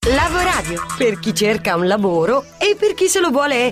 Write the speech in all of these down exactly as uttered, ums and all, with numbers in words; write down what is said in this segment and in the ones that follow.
Lavoradio, per chi cerca un lavoro e per chi se lo vuole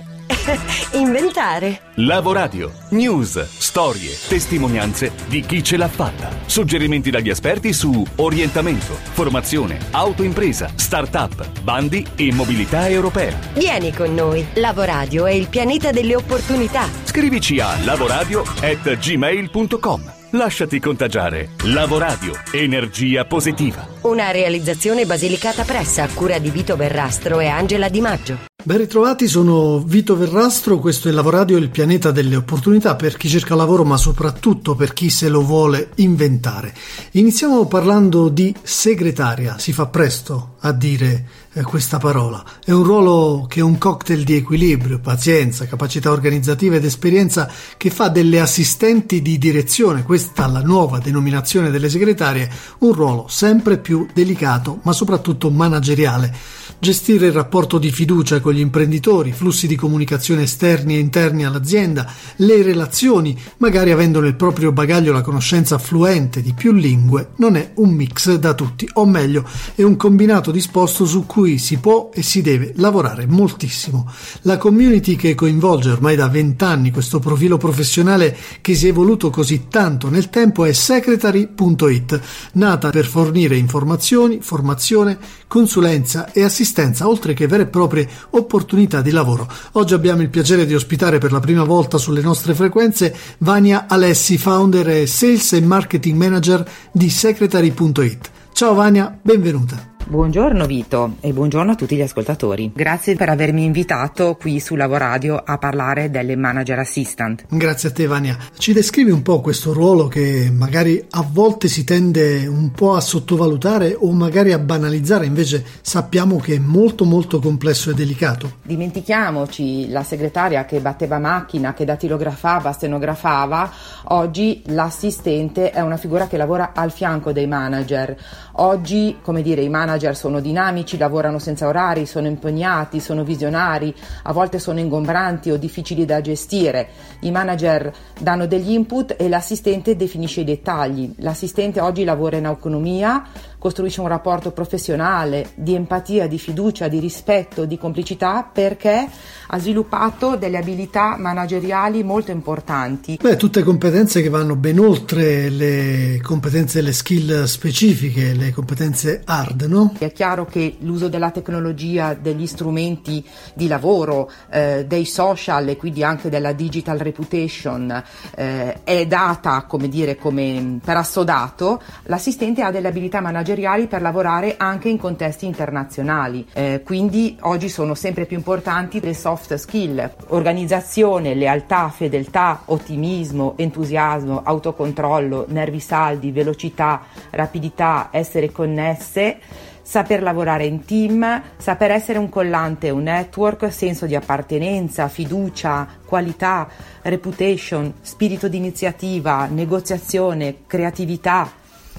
inventare. Lavoradio, news, storie, testimonianze di chi ce l'ha fatta. Suggerimenti dagli esperti su orientamento, formazione, autoimpresa, start-up, bandi e mobilità europea. Vieni con noi. Lavoradio è il pianeta delle opportunità. Scrivici a lavoradio at gmail punto com. Lasciati contagiare. Lavoradio, energia positiva. Una realizzazione Basilicata Press a cura di Vito Verrastro e Angela Di Maggio. Ben ritrovati, sono Vito Verrastro, questo è Lavoradio, il pianeta delle opportunità per chi cerca lavoro ma soprattutto per chi se lo vuole inventare. Iniziamo parlando di segretaria, si fa presto a dire eh, questa parola. È un ruolo che è un cocktail di equilibrio, pazienza, capacità organizzativa ed esperienza che fa delle assistenti di direzione, questa la nuova denominazione delle segretarie, un ruolo sempre più delicato ma soprattutto manageriale. Gestire il rapporto di fiducia con gli imprenditori, flussi di comunicazione esterni e interni all'azienda, le relazioni, magari avendo nel proprio bagaglio la conoscenza fluente di più lingue, non è un mix da tutti, o meglio, è un combinato disposto su cui si può e si deve lavorare moltissimo. La community che coinvolge ormai da vent'anni questo profilo professionale che si è evoluto così tanto nel tempo è secretary punto it, nata per fornire informazioni, formazione, consulenza e assistenza, oltre che vere e proprie opportunità di lavoro. Oggi abbiamo il piacere di ospitare per la prima volta sulle nostre frequenze Vania Alessi, founder e Sales e Marketing Manager di secretary punto it. Ciao Vania, benvenuta. Buongiorno Vito e buongiorno a tutti gli ascoltatori. Grazie per avermi invitato qui su Lavoradio a parlare delle Manager Assistant. Grazie a te Vania. Ci descrivi un po' questo ruolo che magari a volte si tende un po' a sottovalutare o magari a banalizzare, invece sappiamo che è molto molto complesso e delicato. Dimentichiamoci la segretaria che batteva macchina, che datilografava, stenografava. Oggi l'assistente è una figura che lavora al fianco dei manager. Oggi, come dire, i manager sono dinamici, lavorano senza orari, sono impegnati, sono visionari, a volte sono ingombranti o difficili da gestire. I manager danno degli input e l'assistente definisce i dettagli. L'assistente oggi lavora in autonomia, costruisce un rapporto professionale di empatia, di fiducia, di rispetto, di complicità, perché ha sviluppato delle abilità manageriali molto importanti. Beh, tutte competenze che vanno ben oltre le competenze e le skill specifiche, le competenze hard, no? È chiaro che l'uso della tecnologia, degli strumenti di lavoro, eh, dei social e quindi anche della digital reputation eh, è data, come dire, come per assodato. L'assistente ha delle abilità manageriali per lavorare anche in contesti internazionali, eh, quindi oggi sono sempre più importanti le soft skill: organizzazione, lealtà, fedeltà, ottimismo, entusiasmo, autocontrollo, nervi saldi, velocità, rapidità, essere connesse, saper lavorare in team, saper essere un collante, un network, senso di appartenenza, fiducia, qualità, reputation, spirito di iniziativa, negoziazione, creatività,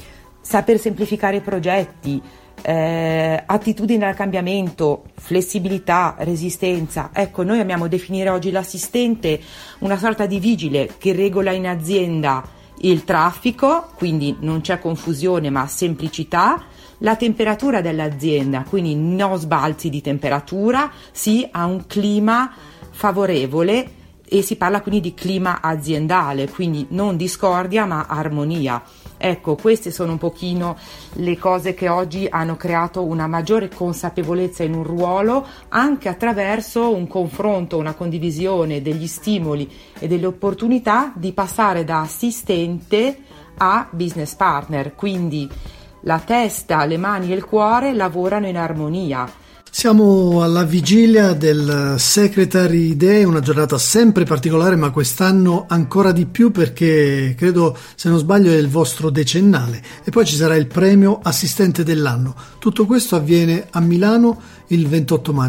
saper semplificare i progetti, eh, attitudine al cambiamento, flessibilità, resistenza. Ecco, noi amiamo definire oggi l'assistente una sorta di vigile che regola in azienda il traffico, quindi non c'è confusione ma semplicità, la temperatura dell'azienda, quindi no sbalzi di temperatura, sì a un clima favorevole, e si parla quindi di clima aziendale, quindi non discordia ma armonia. Ecco, queste sono un pochino le cose che oggi hanno creato una maggiore consapevolezza in un ruolo, anche attraverso un confronto, una condivisione degli stimoli e delle opportunità di passare da assistente a business partner, quindi la testa, le mani e il cuore lavorano in armonia. Siamo alla vigilia del Secretary Day, una giornata sempre particolare, ma quest'anno ancora di più perché credo, se non sbaglio, è il vostro decennale. E poi ci sarà il premio Assistente dell'anno. Tutto questo avviene a Milano il ventotto maggio.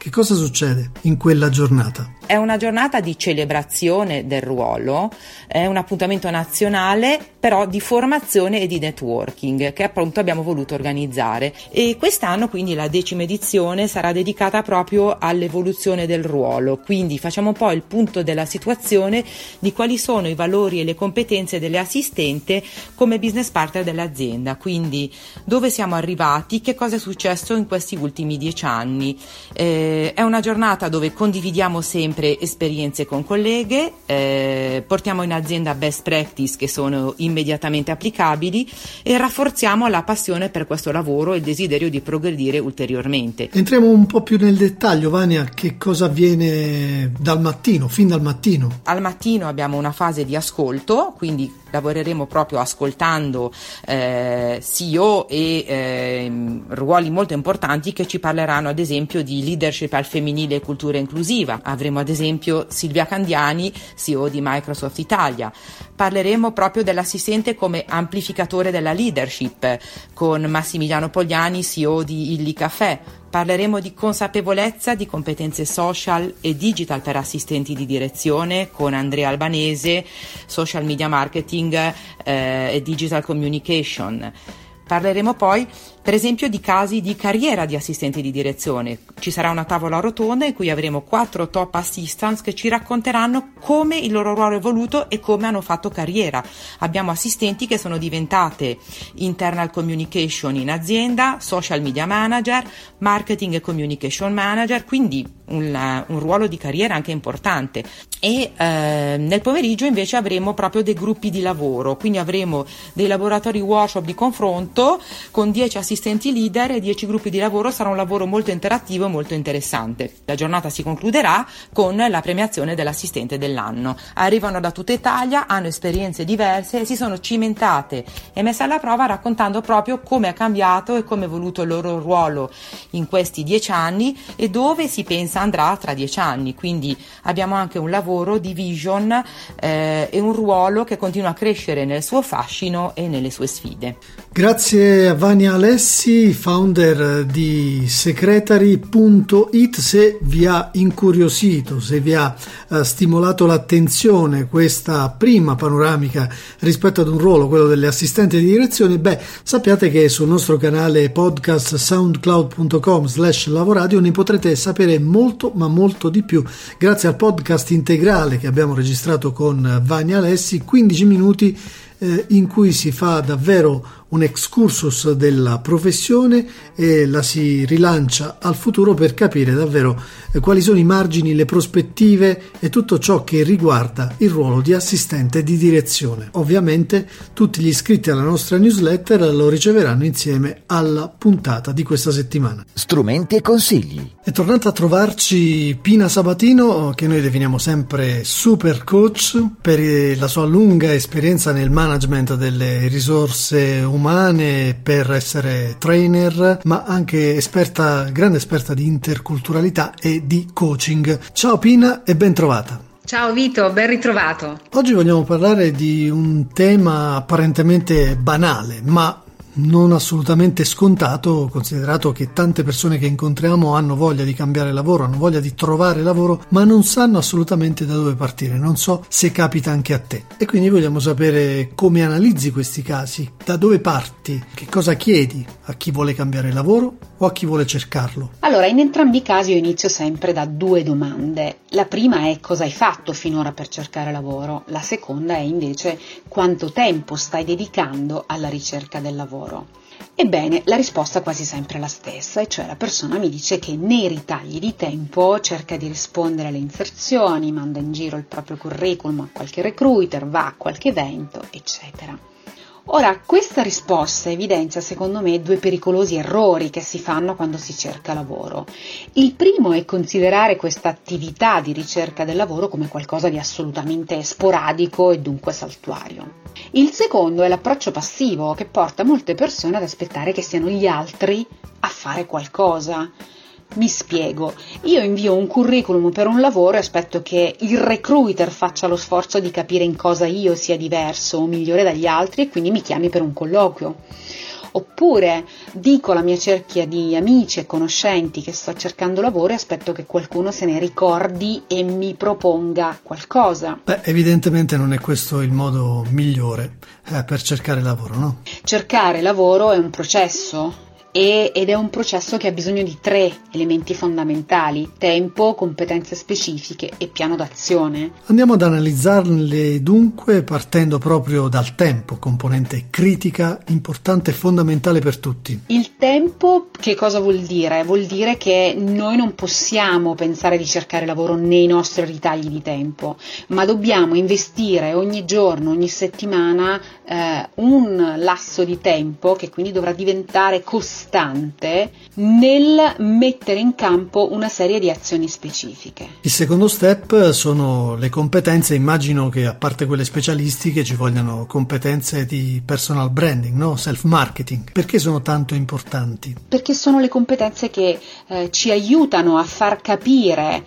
Che cosa succede in quella giornata? È una giornata di celebrazione del ruolo, è un appuntamento nazionale però di formazione e di networking che appunto abbiamo voluto organizzare, e quest'anno quindi la decima edizione sarà dedicata proprio all'evoluzione del ruolo, quindi facciamo un po' il punto della situazione di quali sono i valori e le competenze delle assistente come business partner dell'azienda, quindi dove siamo arrivati, che cosa è successo in questi ultimi dieci anni. Eh, è una giornata dove condividiamo sempre esperienze con colleghe, eh, portiamo in azienda best practice che sono immediatamente applicabili e rafforziamo la passione per questo lavoro e il desiderio di progredire ulteriormente. Entriamo un po' più nel dettaglio, Vania, che cosa avviene dal mattino, fin dal mattino? Al mattino abbiamo una fase di ascolto, quindi lavoreremo proprio ascoltando eh, C E O e eh, ruoli molto importanti che ci parleranno ad esempio di leadership al femminile e cultura inclusiva. Avremo ad esempio Silvia Candiani, C E O di Microsoft Italia. Parleremo proprio dell'assistente come amplificatore della leadership con Massimiliano Pogliani, C E O di Illy Café. Parleremo di consapevolezza, di competenze social e digital per assistenti di direzione con Andrea Albanese, social media marketing eh, e digital communication. Parleremo poi per esempio di casi di carriera di assistenti di direzione. Ci sarà una tavola rotonda in cui avremo quattro top assistants che ci racconteranno come il loro ruolo è evoluto e come hanno fatto carriera. Abbiamo assistenti che sono diventate internal communication in azienda, social media manager, marketing e communication manager, quindi un, un ruolo di carriera anche importante. E eh, nel pomeriggio invece avremo proprio dei gruppi di lavoro, quindi avremo dei laboratori workshop di confronto con dieci assistenti leader e dieci gruppi di lavoro. Sarà un lavoro molto interattivo e molto interessante. La giornata si concluderà con la premiazione dell'assistente dell'anno. Arrivano da tutta Italia, hanno esperienze diverse e si sono cimentate e messe alla prova raccontando proprio come è cambiato e come è evoluto il loro ruolo in questi dieci anni e dove si pensa andrà tra dieci anni. Quindi abbiamo anche un lavoro di vision eh, e un ruolo che continua a crescere nel suo fascino e nelle sue sfide. Grazie a Vania Alessi, founder di secretary punto it. Se vi ha incuriosito, se vi ha uh, stimolato l'attenzione questa prima panoramica rispetto ad un ruolo, quello delle assistenti di direzione, beh, sappiate che sul nostro canale podcast soundcloud punto com slash lavoradio ne potrete sapere molto ma molto di più grazie al podcast integrale che abbiamo registrato con Vania Alessi, quindici minuti eh, in cui si fa davvero un excursus della professione e la si rilancia al futuro per capire davvero eh, quali sono i margini, le prospettive e tutto ciò che riguarda il ruolo di assistente di direzione. Ovviamente tutti gli iscritti alla nostra newsletter lo riceveranno insieme alla puntata di questa settimana. Strumenti e consigli. È tornata a trovarci Pina Sabatino, che noi definiamo sempre super coach per la sua lunga esperienza nel management delle risorse umane umane, per essere trainer, ma anche esperta, grande esperta di interculturalità e di coaching. Ciao Pina e ben trovata. Ciao Vito, ben ritrovato. Oggi vogliamo parlare di un tema apparentemente banale, ma non assolutamente scontato, considerato che tante persone che incontriamo hanno voglia di cambiare lavoro, hanno voglia di trovare lavoro, ma non sanno assolutamente da dove partire. Non so se capita anche a te. E quindi vogliamo sapere come analizzi questi casi, da dove parti, che cosa chiedi a chi vuole cambiare lavoro o a chi vuole cercarlo. Allora, in entrambi i casi io inizio sempre da due domande. La prima è: cosa hai fatto finora per cercare lavoro? La seconda è invece: quanto tempo stai dedicando alla ricerca del lavoro? Ebbene, la risposta è quasi sempre la stessa, e cioè la persona mi dice che nei ritagli di tempo cerca di rispondere alle inserzioni, manda in giro il proprio curriculum a qualche recruiter, va a qualche evento, eccetera. Ora, questa risposta evidenzia secondo me due pericolosi errori che si fanno quando si cerca lavoro. Il primo è considerare questa attività di ricerca del lavoro come qualcosa di assolutamente sporadico e dunque saltuario. Il secondo è l'approccio passivo, che porta molte persone ad aspettare che siano gli altri a fare qualcosa. Mi spiego, io invio un curriculum per un lavoro e aspetto che il recruiter faccia lo sforzo di capire in cosa io sia diverso o migliore dagli altri e quindi mi chiami per un colloquio. oppure dico alla mia cerchia di amici e conoscenti che sto cercando lavoro e aspetto che qualcuno se ne ricordi e mi proponga qualcosa. Beh, evidentemente non è questo il modo migliore eh, per cercare lavoro, no? Cercare lavoro è un processo. E, ed è un processo che ha bisogno di tre elementi fondamentali: tempo, competenze specifiche e piano d'azione. Andiamo ad analizzarle dunque partendo proprio dal tempo, componente critica, importante e fondamentale per tutti. Il tempo che cosa vuol dire? Vuol dire che noi non possiamo pensare di cercare lavoro nei nostri ritagli di tempo, ma dobbiamo investire ogni giorno, ogni settimana eh, un lasso di tempo che quindi dovrà diventare costante nel mettere in campo una serie di azioni specifiche. Il secondo step sono le competenze. Immagino che a parte quelle specialistiche ci vogliano competenze di personal branding, no? Self-marketing. Perché sono tanto importanti? Perché sono le competenze che eh, ci aiutano a far capire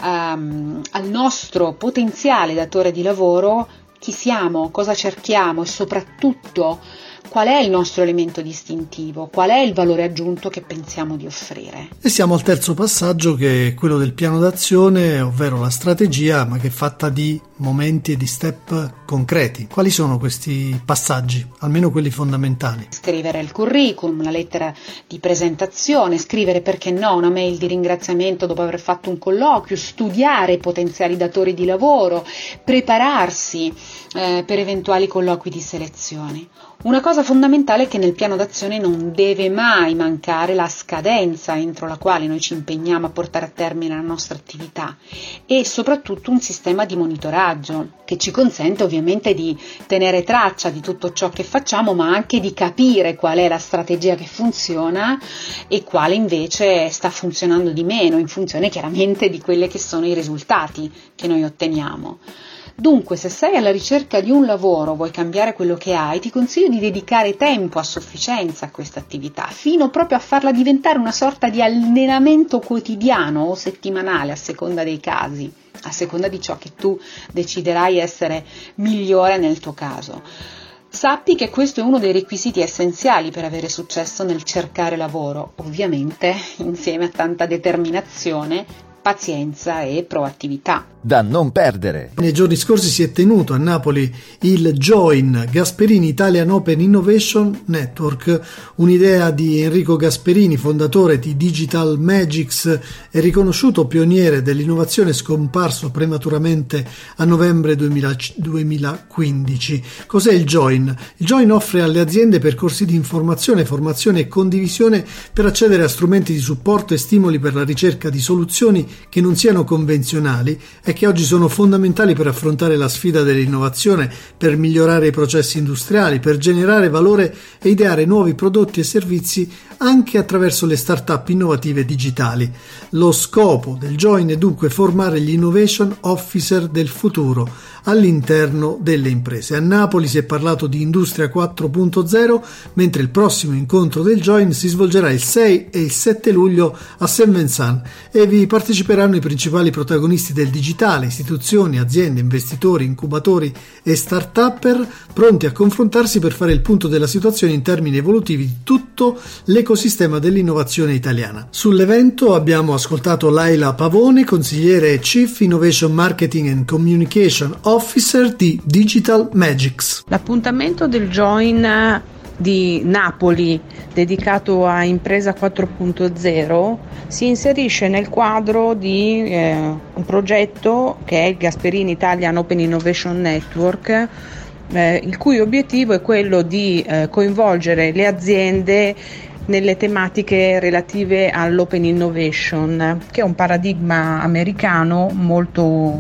um, al nostro potenziale datore di lavoro chi siamo, cosa cerchiamo e soprattutto qual è il nostro elemento distintivo, qual è il valore aggiunto che pensiamo di offrire. E siamo al terzo passaggio, che è quello del piano d'azione, ovvero la strategia, ma che è fatta di momenti e di step concreti. Quali sono questi passaggi, almeno quelli fondamentali? Scrivere il curriculum, la lettera di presentazione, scrivere, perché no, una mail di ringraziamento dopo aver fatto un colloquio, studiare i potenziali datori di lavoro, prepararsi eh, per eventuali colloqui di selezione. Una cosa fondamentale è che nel piano d'azione non deve mai mancare la scadenza entro la quale noi ci impegniamo a portare a termine la nostra attività e soprattutto un sistema di monitoraggio che ci consente ovviamente di tenere traccia di tutto ciò che facciamo, ma anche di capire qual è la strategia che funziona e quale invece sta funzionando di meno, in funzione chiaramente di quelli che sono i risultati che noi otteniamo. Dunque, se sei alla ricerca di un lavoro, vuoi cambiare quello che hai, ti consiglio di dedicare tempo a sufficienza a questa attività, fino proprio a farla diventare una sorta di allenamento quotidiano o settimanale, a seconda dei casi, a seconda di ciò che tu deciderai essere migliore nel tuo caso. Sappi che questo è uno dei requisiti essenziali per avere successo nel cercare lavoro, ovviamente insieme a tanta determinazione, pazienza e proattività. Da non perdere. Nei giorni scorsi si è tenuto a Napoli il Join Gasperini Italian Open Innovation Network, un'idea di Enrico Gasperini, fondatore di Digital Magics e riconosciuto pioniere dell'innovazione, scomparso prematuramente a novembre duemilaquindici. Cos'è il Join? Il Join offre alle aziende percorsi di informazione, formazione e condivisione per accedere a strumenti di supporto e stimoli per la ricerca di soluzioni che non siano convenzionali e che oggi sono fondamentali per affrontare la sfida dell'innovazione, per migliorare i processi industriali, per generare valore e ideare nuovi prodotti e servizi anche attraverso le start-up innovative digitali. Lo scopo del Join è dunque formare gli innovation officer del futuro all'interno delle imprese. A Napoli si è parlato di Industria quattro punto zero, mentre il prossimo incontro del Join si svolgerà il sei e il sette luglio a Saint Vincent e vi parteciperanno i principali protagonisti del digitale, istituzioni, aziende, investitori, incubatori e start-upper pronti a confrontarsi per fare il punto della situazione in termini evolutivi di tutto l'ecosistema dell'innovazione italiana. Sull'evento abbiamo ascoltato Laila Pavone, consigliere e Chief Innovation Marketing and Communication Officer di Digital Magics. L'appuntamento del Join di Napoli dedicato a Impresa quattro punto zero si inserisce nel quadro di eh, un progetto che è il Gasperini Italian Open Innovation Network, eh, il cui obiettivo è quello di eh, coinvolgere le aziende nelle tematiche relative all'open innovation, che è un paradigma americano molto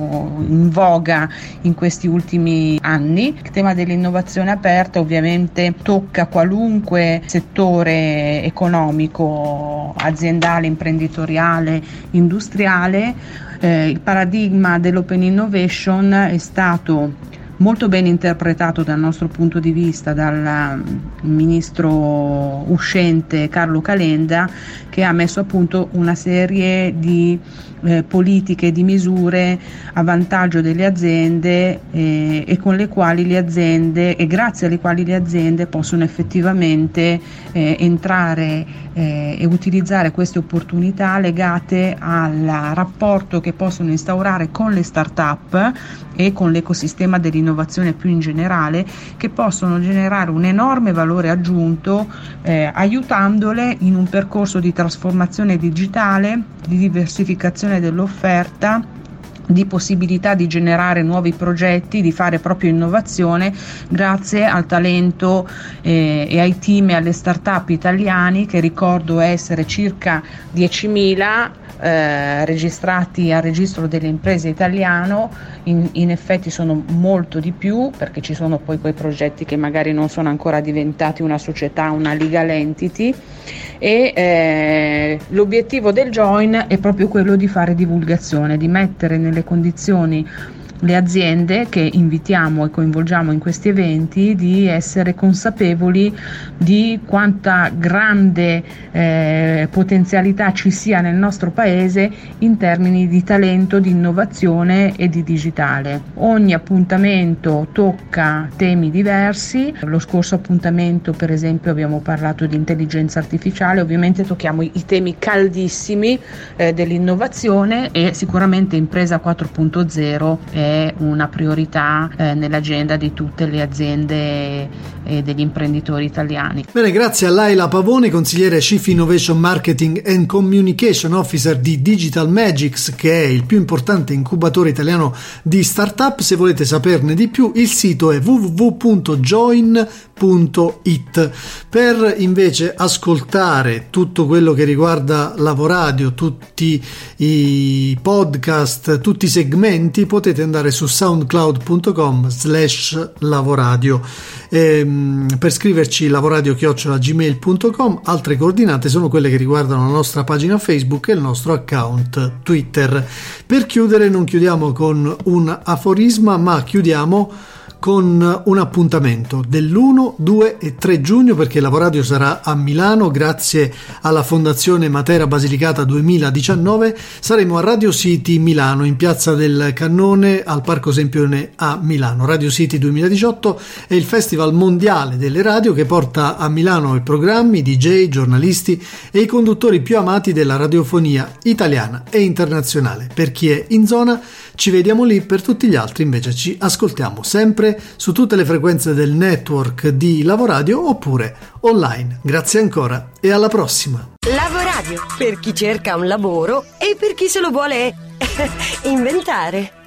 in voga in questi ultimi anni. Il tema dell'innovazione aperta ovviamente tocca qualunque settore economico, aziendale, imprenditoriale, industriale. Eh, il paradigma dell'open innovation è stato molto ben interpretato dal nostro punto di vista dal ministro uscente Carlo Calenda, che ha messo a punto una serie di eh, politiche, di misure a vantaggio delle aziende eh, e con le quali le aziende e grazie alle quali le aziende possono effettivamente eh, entrare eh, e utilizzare queste opportunità legate al rapporto che possono instaurare con le start-up e con l'ecosistema dell'innovazione più in generale, che possono generare un enorme valore aggiunto eh, aiutandole in un percorso di trasformazione digitale, di diversificazione dell'offerta, di possibilità di generare nuovi progetti, di fare proprio innovazione grazie al talento eh, e ai team e alle start-up italiani, che ricordo essere circa diecimila eh, registrati al registro delle imprese italiano. In, in effetti sono molto di più, perché ci sono poi quei progetti che magari non sono ancora diventati una società, una legal entity, e eh, l'obiettivo del Join è proprio quello di fare divulgazione, di mettere nelle condizioni le aziende che invitiamo e coinvolgiamo in questi eventi di essere consapevoli di quanta grande eh, potenzialità ci sia nel nostro paese in termini di talento, di innovazione e di digitale. Ogni appuntamento tocca temi diversi. Lo scorso appuntamento, per esempio, abbiamo parlato di intelligenza artificiale, ovviamente tocchiamo i, i temi caldissimi eh, dell'innovazione, e sicuramente Impresa quattro punto zero è una priorità eh, nell'agenda di tutte le aziende e degli imprenditori italiani. Bene, grazie a Laila Pavone, consigliere Chief Innovation Marketing and Communication Officer di Digital Magics, che è il più importante incubatore italiano di startup. Se volete saperne di più, il sito è w w w punto join punto it. Per invece ascoltare tutto quello che riguarda Lavoradio, tutti i podcast, tutti i segmenti, potete andare su soundcloud punto com slash lavoradio. Ehm, per scriverci lavoradio chiocciola gmail punto com. Altre coordinate sono quelle che riguardano la nostra pagina Facebook e il nostro account Twitter. Per chiudere, non chiudiamo con un aforisma, ma chiudiamo con un appuntamento dell'uno, due e tre giugno, perché Lavoradio sarà a Milano grazie alla Fondazione Matera Basilicata duemiladiciannove. Saremo a Radio City Milano, in Piazza del Cannone al Parco Sempione a Milano. Radio City duemiladiciotto è il festival mondiale delle radio che porta a Milano i programmi, D J, giornalisti e i conduttori più amati della radiofonia italiana e internazionale. Per chi è in zona ci vediamo lì, per tutti gli altri invece ci ascoltiamo sempre su tutte le frequenze del network di Lavoradio oppure online. Grazie ancora e alla prossima. Lavoradio, per chi cerca un lavoro e per chi se lo vuole inventare.